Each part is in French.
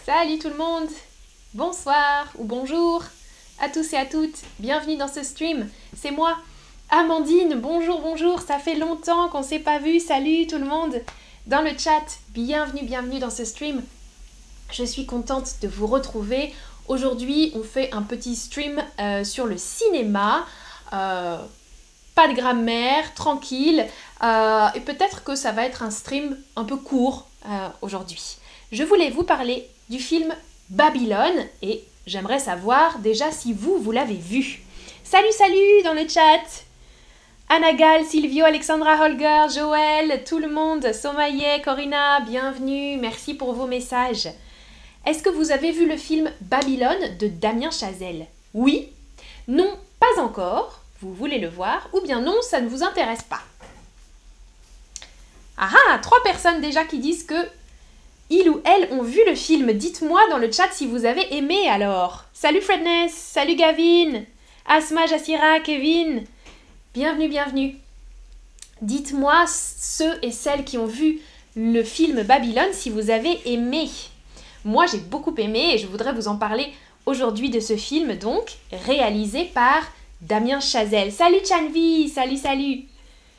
Salut tout le monde! Bonsoir ou bonjour à tous et à toutes. Bienvenue dans ce stream. C'est moi, Amandine. Bonjour, bonjour. Ça fait longtemps qu'on ne s'est pas vu. Salut tout le monde dans le chat. Bienvenue dans ce stream. Je suis contente de vous retrouver. Aujourd'hui, on fait un petit stream sur le cinéma. Pas de grammaire, tranquille. Et peut-être que ça va être un stream un peu court aujourd'hui. Je voulais vous parler du film Babylone et j'aimerais savoir déjà si vous l'avez vu. Salut dans le chat. Anagal, Silvio, Alexandra Holger, Joël, tout le monde, Somaye, Corinna, bienvenue, merci pour vos messages. Est-ce que vous avez vu le film Babylone de Damien Chazelle? Oui? Non, pas encore. Vous voulez le voir? Ou bien non, ça ne vous intéresse pas? Ah ah, 3 personnes déjà qui disent que ils ou elles ont vu le film. Dites-moi dans le chat si vous avez aimé alors. Salut Fredness, salut Gavin, Asma, Jassira, Kevin. Bienvenue. Dites-moi ceux et celles qui ont vu le film Babylone si vous avez aimé. Moi j'ai beaucoup aimé et je voudrais vous en parler aujourd'hui de ce film donc réalisé par Damien Chazelle. Salut Chanvi, salut.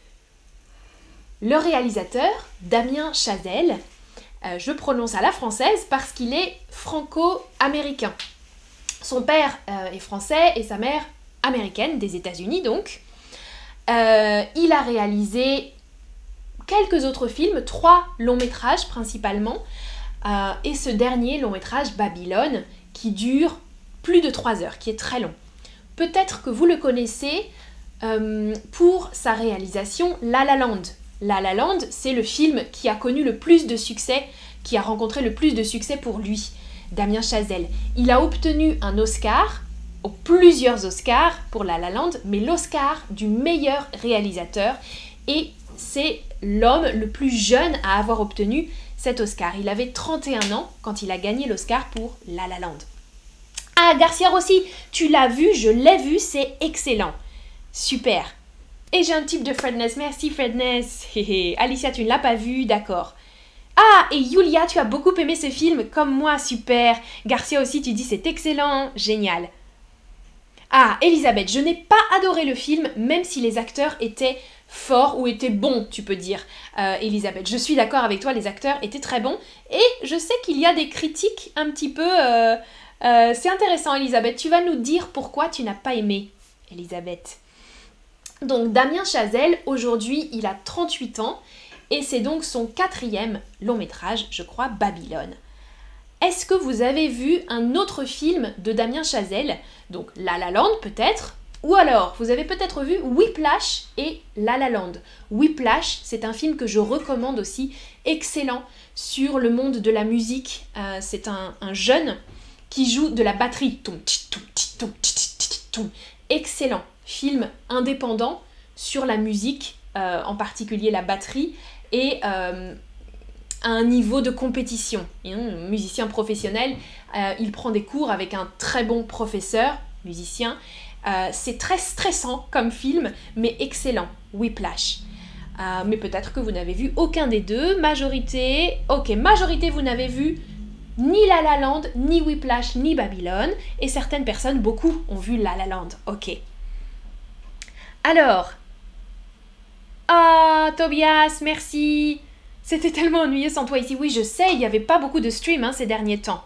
Le réalisateur, Damien Chazelle, je prononce à la française parce qu'il est franco-américain. Son père est français et sa mère américaine, des États-Unis donc. Il a réalisé quelques autres films, 3 longs métrages principalement, et ce dernier long métrage, Babylone, qui dure plus de 3 heures, qui est très long. Peut-être que vous le connaissez pour sa réalisation La La Land. La La Land, c'est le film qui a connu le plus de succès, qui a rencontré le plus de succès pour lui, Damien Chazelle. Il a obtenu un Oscar, ou plusieurs Oscars pour La La Land, mais l'Oscar du meilleur réalisateur, et c'est l'homme le plus jeune à avoir obtenu cet Oscar. Il avait 31 ans quand il a gagné l'Oscar pour La La Land. Ah, Garcia Rossi, tu l'as vu, je l'ai vu, c'est excellent. Super. Et j'ai un type de Fredness, merci Fredness. Alicia, tu ne l'as pas vu, d'accord. Ah, et Yulia, tu as beaucoup aimé ce film, comme moi, super. Garcia aussi, tu dis c'est excellent, génial. Ah, Elisabeth, je n'ai pas adoré le film, même si les acteurs étaient forts ou étaient bons, tu peux dire, Elisabeth. Je suis d'accord avec toi, les acteurs étaient très bons. Et je sais qu'il y a des critiques un petit peu... c'est intéressant, Elisabeth. Tu vas nous dire pourquoi tu n'as pas aimé, Elisabeth. Donc Damien Chazelle, aujourd'hui, il a 38 ans et c'est donc son 4e long métrage, je crois, Babylone. Est-ce que vous avez vu un autre film de Damien Chazelle? Donc La La Land peut-être, ou alors vous avez peut-être vu Whiplash et La La Land. Whiplash, c'est un film que je recommande aussi, excellent, sur le monde de la musique. C'est un jeune qui joue de la batterie. Excellent. Film indépendant sur la musique, en particulier la batterie, et à un niveau de compétition. Un musicien professionnel, il prend des cours avec un très bon professeur, musicien. C'est très stressant comme film, mais excellent, Whiplash. Mais peut-être que vous n'avez vu aucun des deux. Majorité, ok, majorité vous n'avez vu ni La La Land, ni Whiplash, ni Babylone, et certaines personnes, beaucoup, ont vu La La Land, ok. Alors, Tobias, merci. C'était tellement ennuyeux sans toi ici. Oui, je sais, il n'y avait pas beaucoup de streams ces derniers temps.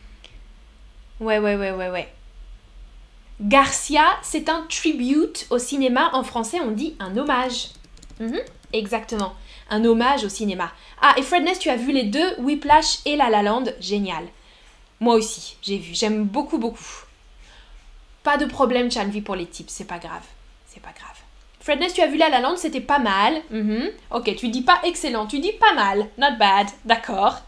Ouais. Garcia, c'est un tribute au cinéma. En français, on dit un hommage. Exactement, un hommage au cinéma. Ah, et Fredness, tu as vu les deux, Whiplash et La La Land. Génial. Moi aussi, j'ai vu. J'aime beaucoup. Pas de problème, Chanvi, pour les tips. C'est pas grave. Fredness, tu as vu La La Land, c'était pas mal. Ok, tu dis pas excellent, tu dis pas mal. Not bad, d'accord.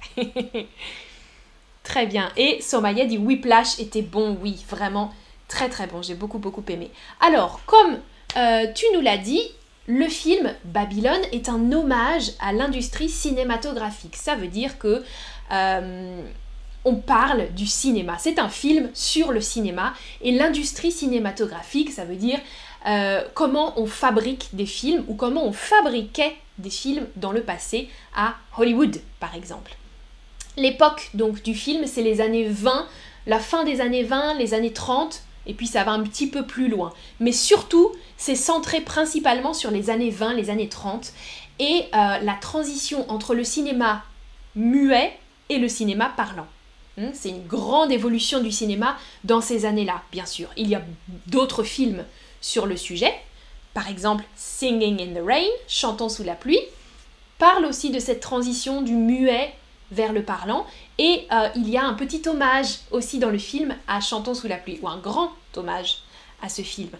Très bien. Et Somaya dit Whiplash était bon, oui, vraiment très bon. J'ai beaucoup aimé. Alors, comme tu nous l'as dit, le film Babylone est un hommage à l'industrie cinématographique. Ça veut dire que on parle du cinéma. C'est un film sur le cinéma et l'industrie cinématographique, ça veut dire comment on fabrique des films ou comment on fabriquait des films dans le passé à Hollywood, par exemple. L'époque donc du film, c'est les années 20, la fin des années 20, les années 30, et puis ça va un petit peu plus loin. Mais surtout, c'est centré principalement sur les années 20, les années 30, et la transition entre le cinéma muet et le cinéma parlant. C'est une grande évolution du cinéma dans ces années-là, bien sûr. Il y a d'autres films sur le sujet. Par exemple, Singing in the Rain, Chantons sous la pluie, parle aussi de cette transition du muet vers le parlant. Et il y a un petit hommage aussi dans le film à Chantons sous la pluie, ou un grand hommage à ce film.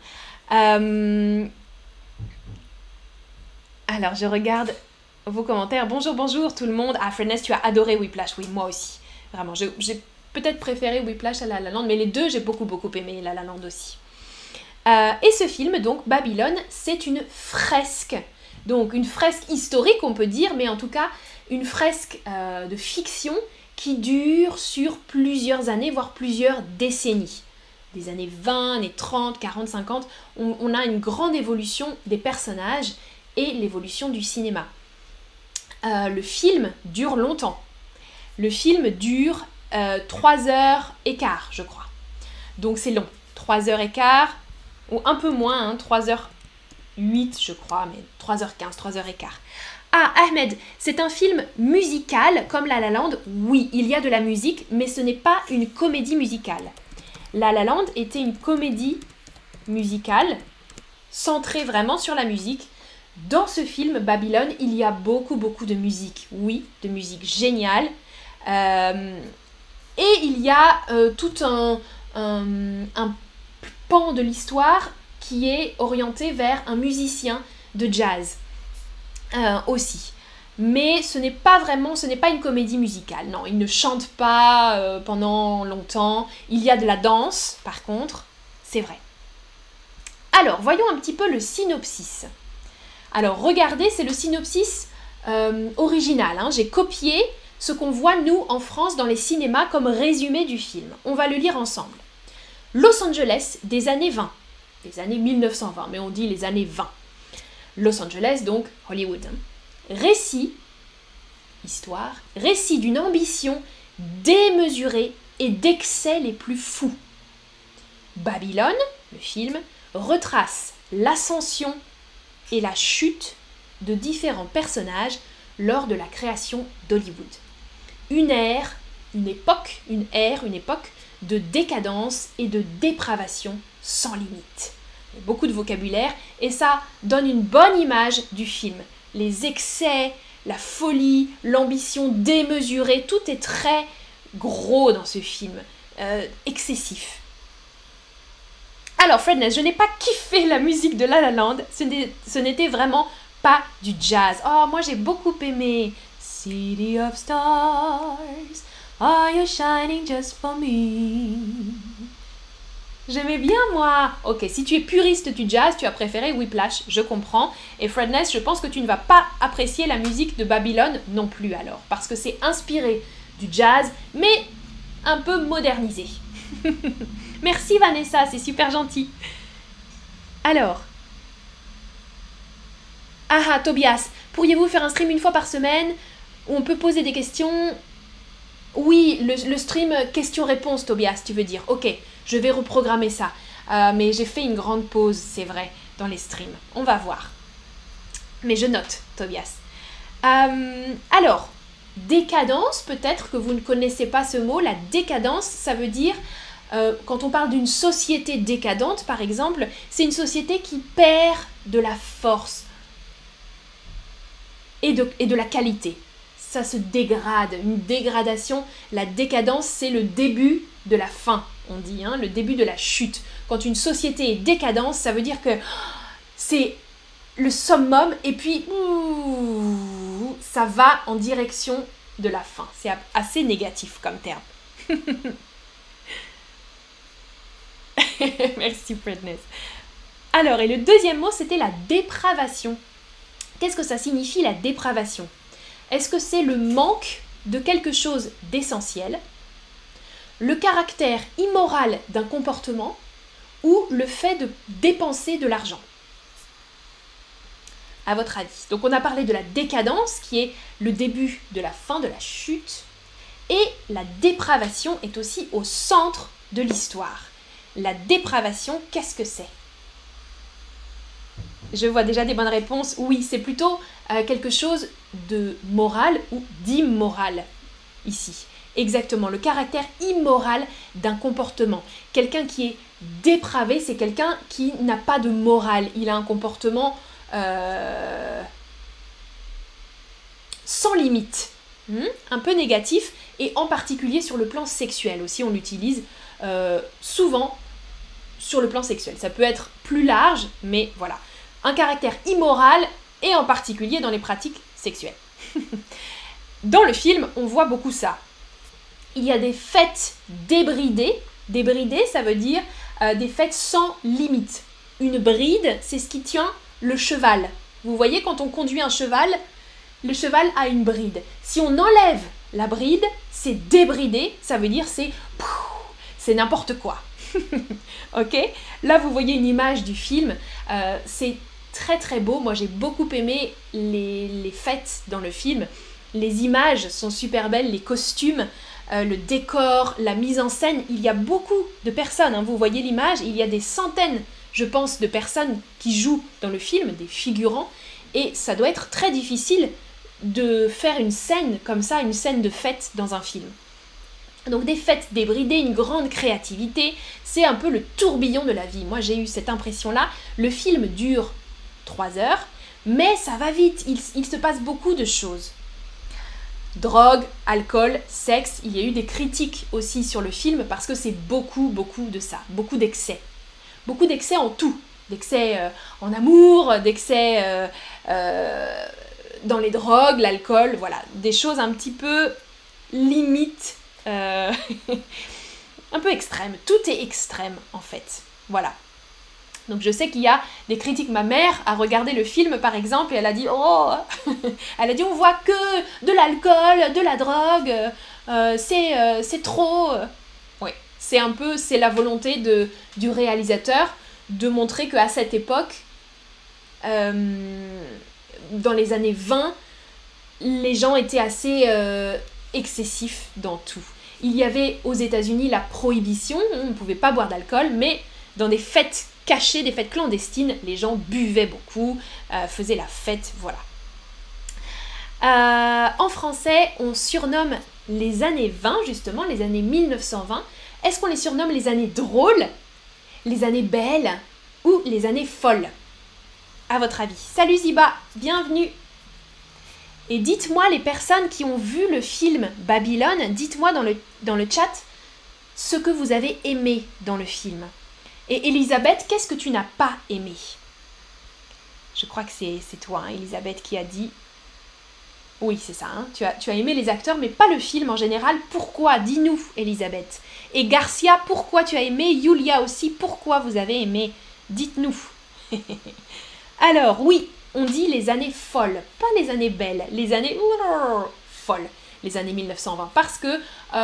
Alors, je regarde vos commentaires. Bonjour, bonjour tout le monde. Ah, Fredness, tu as adoré Whiplash. Oui, moi aussi. Vraiment, j'ai peut-être préféré Whiplash à La La Land, mais les deux, j'ai beaucoup aimé La La Land aussi. Et ce film, donc, Babylone, c'est une fresque. Donc, une fresque historique, on peut dire, mais en tout cas, une fresque de fiction qui dure sur plusieurs années, voire plusieurs décennies. Des années 20, années 30, 40, 50, on a une grande évolution des personnages et l'évolution du cinéma. Le film dure longtemps. Le film dure 3h15, je crois. Donc c'est long. 3h15, ou un peu moins, 3h08, je crois, mais 3h15, 3h15. Ah, Ahmed, c'est un film musical comme La La Land. Oui, il y a de la musique, mais ce n'est pas une comédie musicale. La La Land était une comédie musicale centrée vraiment sur la musique. Dans ce film, Babylone, il y a beaucoup de musique. Oui, de musique géniale. Et il y a tout un pan de l'histoire qui est orienté vers un musicien de jazz aussi. Mais ce n'est pas une comédie musicale. Non, il ne chante pas pendant longtemps. Il y a de la danse, par contre, c'est vrai. Alors, voyons un petit peu le synopsis. Alors, regardez, c'est le synopsis original. J'ai copié ce qu'on voit, nous, en France, dans les cinémas, comme résumé du film. On va le lire ensemble. Los Angeles des années 20. Les années 1920, mais on dit les années 20. Los Angeles, donc Hollywood. Histoire, récit d'une ambition démesurée et d'excès les plus fous. Babylone, le film, retrace l'ascension et la chute de différents personnages lors de la création d'Hollywood. Une époque de décadence et de dépravation sans limite. Il y a beaucoup de vocabulaire et ça donne une bonne image du film. Les excès, la folie, l'ambition démesurée, tout est très gros dans ce film, excessif. Alors Fredness, je n'ai pas kiffé la musique de La La Land, ce n'était vraiment pas du jazz. Oh, moi j'ai beaucoup aimé City of Stars, are you shining just for me? J'aimais bien moi. Ok, si tu es puriste du jazz, tu as préféré Whiplash, je comprends. Et Fredness, je pense que tu ne vas pas apprécier la musique de Babylone non plus alors, parce que c'est inspiré du jazz, mais un peu modernisé. Merci Vanessa, c'est super gentil. Alors, Tobias, pourriez-vous faire un stream une fois par semaine où on peut poser des questions? Oui, le stream questions-réponses, Tobias, tu veux dire. Ok, je vais reprogrammer ça. Mais j'ai fait une grande pause, c'est vrai, dans les streams. On va voir. Mais je note, Tobias. Alors, décadence, peut-être que vous ne connaissez pas ce mot. La décadence, ça veut dire, quand on parle d'une société décadente, par exemple, c'est une société qui perd de la force et de la qualité. Ça se dégrade, une dégradation. La décadence, c'est le début de la fin, on dit, le début de la chute. Quand une société est décadente, ça veut dire que c'est le summum et puis ça va en direction de la fin. C'est assez négatif comme terme. Merci Fredness. Alors, et le deuxième mot, c'était la dépravation. Qu'est-ce que ça signifie la dépravation? Est-ce que c'est le manque de quelque chose d'essentiel, le caractère immoral d'un comportement ou le fait de dépenser de l'argent? À votre avis. Donc on a parlé de la décadence qui est le début de la fin, de la chute, Et la dépravation est aussi au centre de l'histoire. La dépravation, qu'est-ce que c'est? Je vois déjà des bonnes réponses. Oui, c'est plutôt quelque chose de moral ou d'immoral ici. Exactement, le caractère immoral d'un comportement. Quelqu'un qui est dépravé, c'est quelqu'un qui n'a pas de morale. Il a un comportement sans limite, un peu négatif, et en particulier sur le plan sexuel aussi, on l'utilise souvent sur le plan sexuel. Ça peut être plus large, mais voilà. Un caractère immoral, et en particulier dans les pratiques sexuelles. Dans le film, on voit beaucoup ça. Il y a des fêtes débridées. Débridées, ça veut dire des fêtes sans limite. Une bride, c'est ce qui tient le cheval. Vous voyez, quand on conduit un cheval, le cheval a une bride. Si on enlève la bride, c'est débridé, ça veut dire c'est n'importe quoi. Ok? Là, vous voyez une image du film. C'est très très beau. Moi, j'ai beaucoup aimé les fêtes dans le film. Les images sont super belles, les costumes, le décor, la mise en scène. Il y a beaucoup de personnes. Vous voyez l'image, il y a des centaines, je pense, de personnes qui jouent dans le film, des figurants. Et ça doit être très difficile de faire une scène comme ça, une scène de fête dans un film. Donc des fêtes débridées, une grande créativité, c'est un peu le tourbillon de la vie. Moi j'ai eu cette impression-là. Le film dure 3 heures, mais ça va vite, il se passe beaucoup de choses. Drogue, alcool, sexe, il y a eu des critiques aussi sur le film parce que c'est beaucoup de ça, beaucoup d'excès. Beaucoup d'excès en tout, d'excès en amour, d'excès dans les drogues, l'alcool, voilà, des choses un petit peu limites. Un peu extrême, tout est extrême en fait, voilà. Donc je sais qu'il y a des critiques, ma mère a regardé le film par exemple et elle a dit oh, elle a dit on voit que de l'alcool, de la drogue, c'est trop. Oui, c'est la volonté du réalisateur de montrer qu'à cette époque, dans les années 20, les gens étaient assez excessifs dans tout. Il y avait aux États-Unis la prohibition, on ne pouvait pas boire d'alcool, mais dans des fêtes cachées, des fêtes clandestines, les gens buvaient beaucoup, faisaient la fête, voilà. En français, on surnomme les années 20, justement, les années 1920. Est-ce qu'on les surnomme les années drôles, les années belles ou les années folles? À votre avis? Salut Ziba, bienvenue! Et dites-moi, les personnes qui ont vu le film Babylone, dites-moi dans le chat ce que vous avez aimé dans le film. Et Elisabeth, qu'est-ce que tu n'as pas aimé? Je crois que c'est toi, Elisabeth, qui a dit... Oui, c'est ça, tu as aimé les acteurs, mais pas le film en général. Pourquoi? Dis-nous, Elisabeth. Et Garcia, pourquoi tu as aimé? Yulia aussi, pourquoi vous avez aimé? Dites-nous. Alors, oui, on dit les années folles, pas les années belles, les années folles, les années 1920, parce que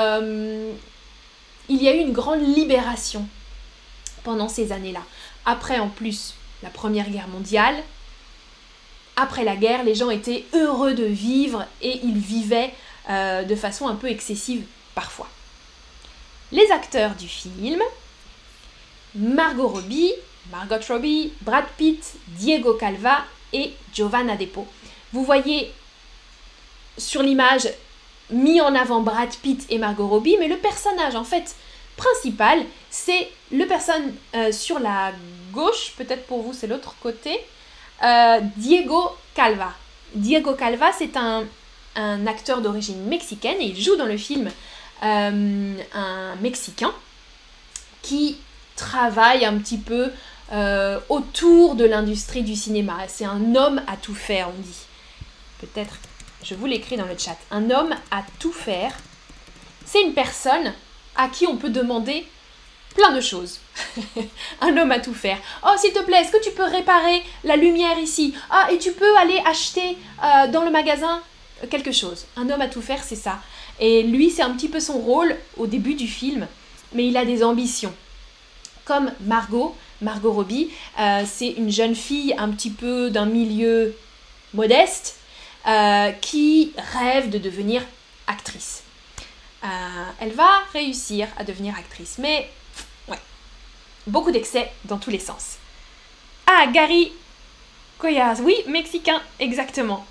il y a eu une grande libération pendant ces années-là. Après, en plus, la Première Guerre mondiale, après la guerre, les gens étaient heureux de vivre et ils vivaient de façon un peu excessive parfois. Les acteurs du film, Margot Robbie, Brad Pitt, Diego Calva et Giovanna Depo. Vous voyez sur l'image mis en avant Brad Pitt et Margot Robbie, mais le personnage en fait principal, c'est le personnage sur la gauche, peut-être pour vous c'est l'autre côté, Diego Calva. Diego Calva, c'est un acteur d'origine mexicaine et il joue dans le film un Mexicain qui travaille un petit peu autour de l'industrie du cinéma. C'est un homme à tout faire, on dit. Peut-être, je vous l'écris dans le chat. Un homme à tout faire, c'est une personne à qui on peut demander plein de choses. Un homme à tout faire. Oh, s'il te plaît, est-ce que tu peux réparer la lumière ici? Ah, et tu peux aller acheter dans le magasin quelque chose. Un homme à tout faire, c'est ça. Et lui, c'est un petit peu son rôle au début du film, mais il a des ambitions. Comme Margot Robbie, c'est une jeune fille un petit peu d'un milieu modeste qui rêve de devenir actrice. elle va réussir à devenir actrice. Mais, ouais, beaucoup d'excès dans tous les sens. Ah, Gary Coyas, oui, mexicain, exactement.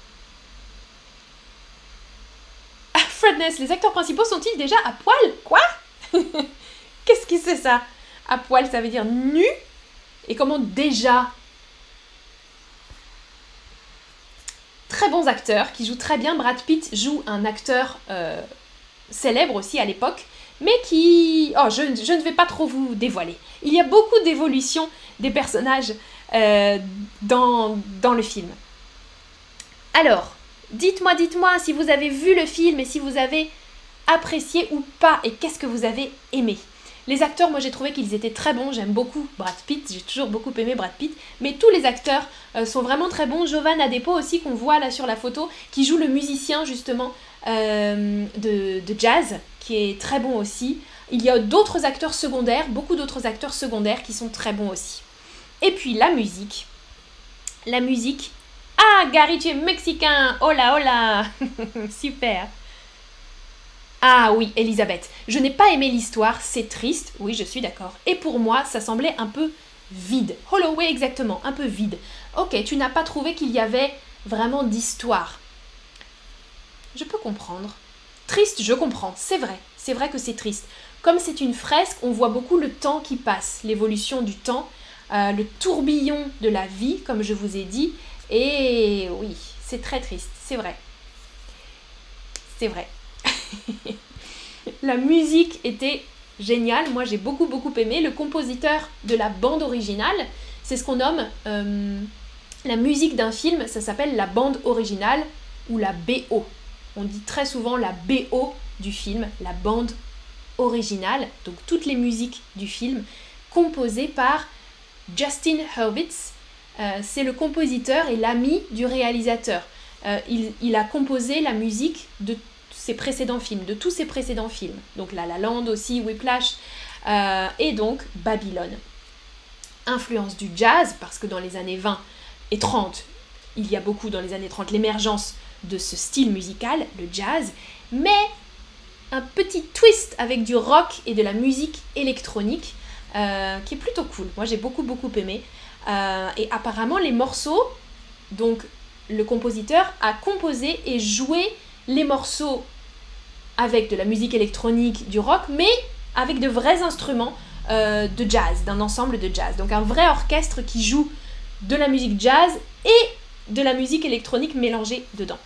Ah, Fredness, les acteurs principaux sont-ils déjà à poil? Quoi? Qu'est-ce que c'est ça? À poil, ça veut dire nu? Et comment déjà? Très bons acteurs qui jouent très bien. Brad Pitt joue un acteur célèbre aussi à l'époque, mais qui... Oh, je ne vais pas trop vous dévoiler. Il y a beaucoup d'évolution des personnages dans le film. Alors, dites-moi si vous avez vu le film et si vous avez apprécié ou pas, et qu'est-ce que vous avez aimé. Les acteurs, moi j'ai trouvé qu'ils étaient très bons, j'aime beaucoup Brad Pitt, j'ai toujours beaucoup aimé Brad Pitt, mais tous les acteurs sont vraiment très bons. Jovan Adepo aussi, qu'on voit là sur la photo, qui joue le musicien justement de jazz, qui est très bon aussi. Il y a d'autres acteurs secondaires, beaucoup d'autres acteurs secondaires qui sont très bons aussi. Et puis la musique. Ah, Gary, tu es mexicain, hola hola. Super. Ah oui, Elisabeth, je n'ai pas aimé l'histoire, c'est triste, oui je suis d'accord. Et pour moi, ça semblait un peu vide. Holloway exactement, un peu vide. Ok, tu n'as pas trouvé qu'il y avait vraiment d'histoire. Je peux comprendre. Triste, je comprends, c'est vrai que c'est triste. Comme c'est une fresque, on voit beaucoup le temps qui passe, l'évolution du temps, le tourbillon de la vie, comme je vous ai dit. Et oui, c'est très triste, c'est vrai. C'est vrai. La musique était géniale, moi j'ai beaucoup aimé. Le compositeur de la bande originale, c'est ce qu'on nomme la musique d'un film, ça s'appelle la bande originale ou la BO. On dit très souvent la BO du film, la bande originale, donc toutes les musiques du film composées par Justin Hurwitz. C'est le compositeur et l'ami du réalisateur. Il a composé la musique de ses précédents films, de tous ses précédents films. Donc La La Land aussi, Whiplash, et donc Babylone. Influence du jazz, parce que dans les années 20 et 30, il y a beaucoup dans les années 30 l'émergence de ce style musical, le jazz, mais un petit twist avec du rock et de la musique électronique, qui est plutôt cool. Moi j'ai beaucoup aimé. Et apparemment les morceaux, donc le compositeur a composé et joué les morceaux avec de la musique électronique, du rock, mais avec de vrais instruments de jazz, d'un ensemble de jazz. Donc un vrai orchestre qui joue de la musique jazz et de la musique électronique mélangée dedans.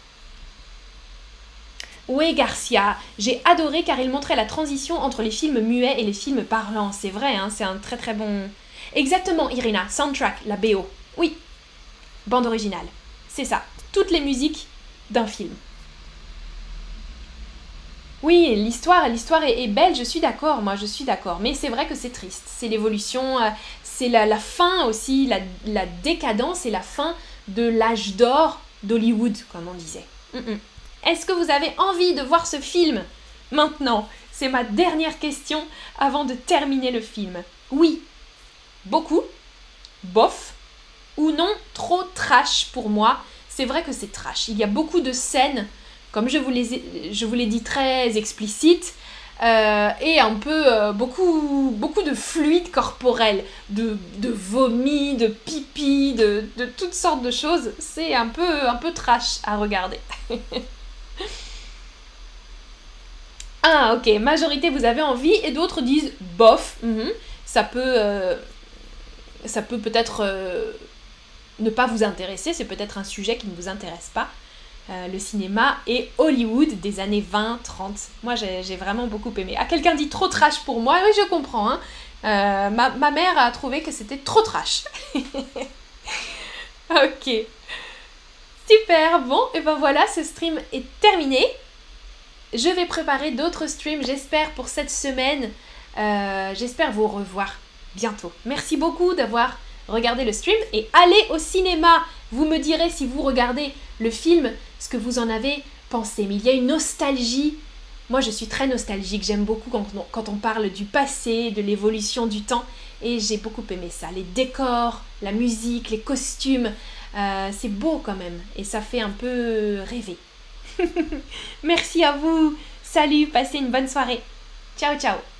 Oui, Garcia, j'ai adoré car il montrait la transition entre les films muets et les films parlants. C'est vrai, hein, c'est un très bon... Exactement, Irina, soundtrack, la BO. Oui, bande originale. C'est ça, toutes les musiques d'un film. Oui, l'histoire est belle, je suis d'accord, mais c'est vrai que c'est triste. C'est l'évolution, c'est la fin aussi, la décadence et la fin de l'âge d'or d'Hollywood, comme on disait. Est-ce que vous avez envie de voir ce film maintenant? C'est ma dernière question avant de terminer le film. Oui, beaucoup, bof, ou non, trop trash pour moi. C'est vrai que c'est trash. Il y a beaucoup de scènes, comme je vous l'ai dit, très explicites, et un peu beaucoup de fluide corporel, de vomi, de pipi, de toutes sortes de choses. C'est un peu trash à regarder. Ah ok, majorité vous avez envie et d'autres disent bof. Ça peut peut-être ne pas vous intéresser, c'est peut-être un sujet qui ne vous intéresse pas. Le cinéma et Hollywood des années 20-30. Moi j'ai vraiment beaucoup aimé. Ah, quelqu'un dit trop trash pour moi, oui je comprends. Hein. Ma mère a trouvé que c'était trop trash. Ok. Super, bon, et ben voilà, ce stream est terminé. Je vais préparer d'autres streams, j'espère, pour cette semaine. J'espère vous revoir bientôt. Merci beaucoup d'avoir regardé le stream et allez au cinéma. Vous me direz si vous regardez le film, ce que vous en avez pensé. Mais il y a une nostalgie. Moi, je suis très nostalgique. J'aime beaucoup quand on parle du passé, de l'évolution du temps. Et j'ai beaucoup aimé ça. Les décors, la musique, les costumes. C'est beau quand même. Et ça fait un peu rêver. Merci à vous. Salut, passez une bonne soirée. Ciao ciao.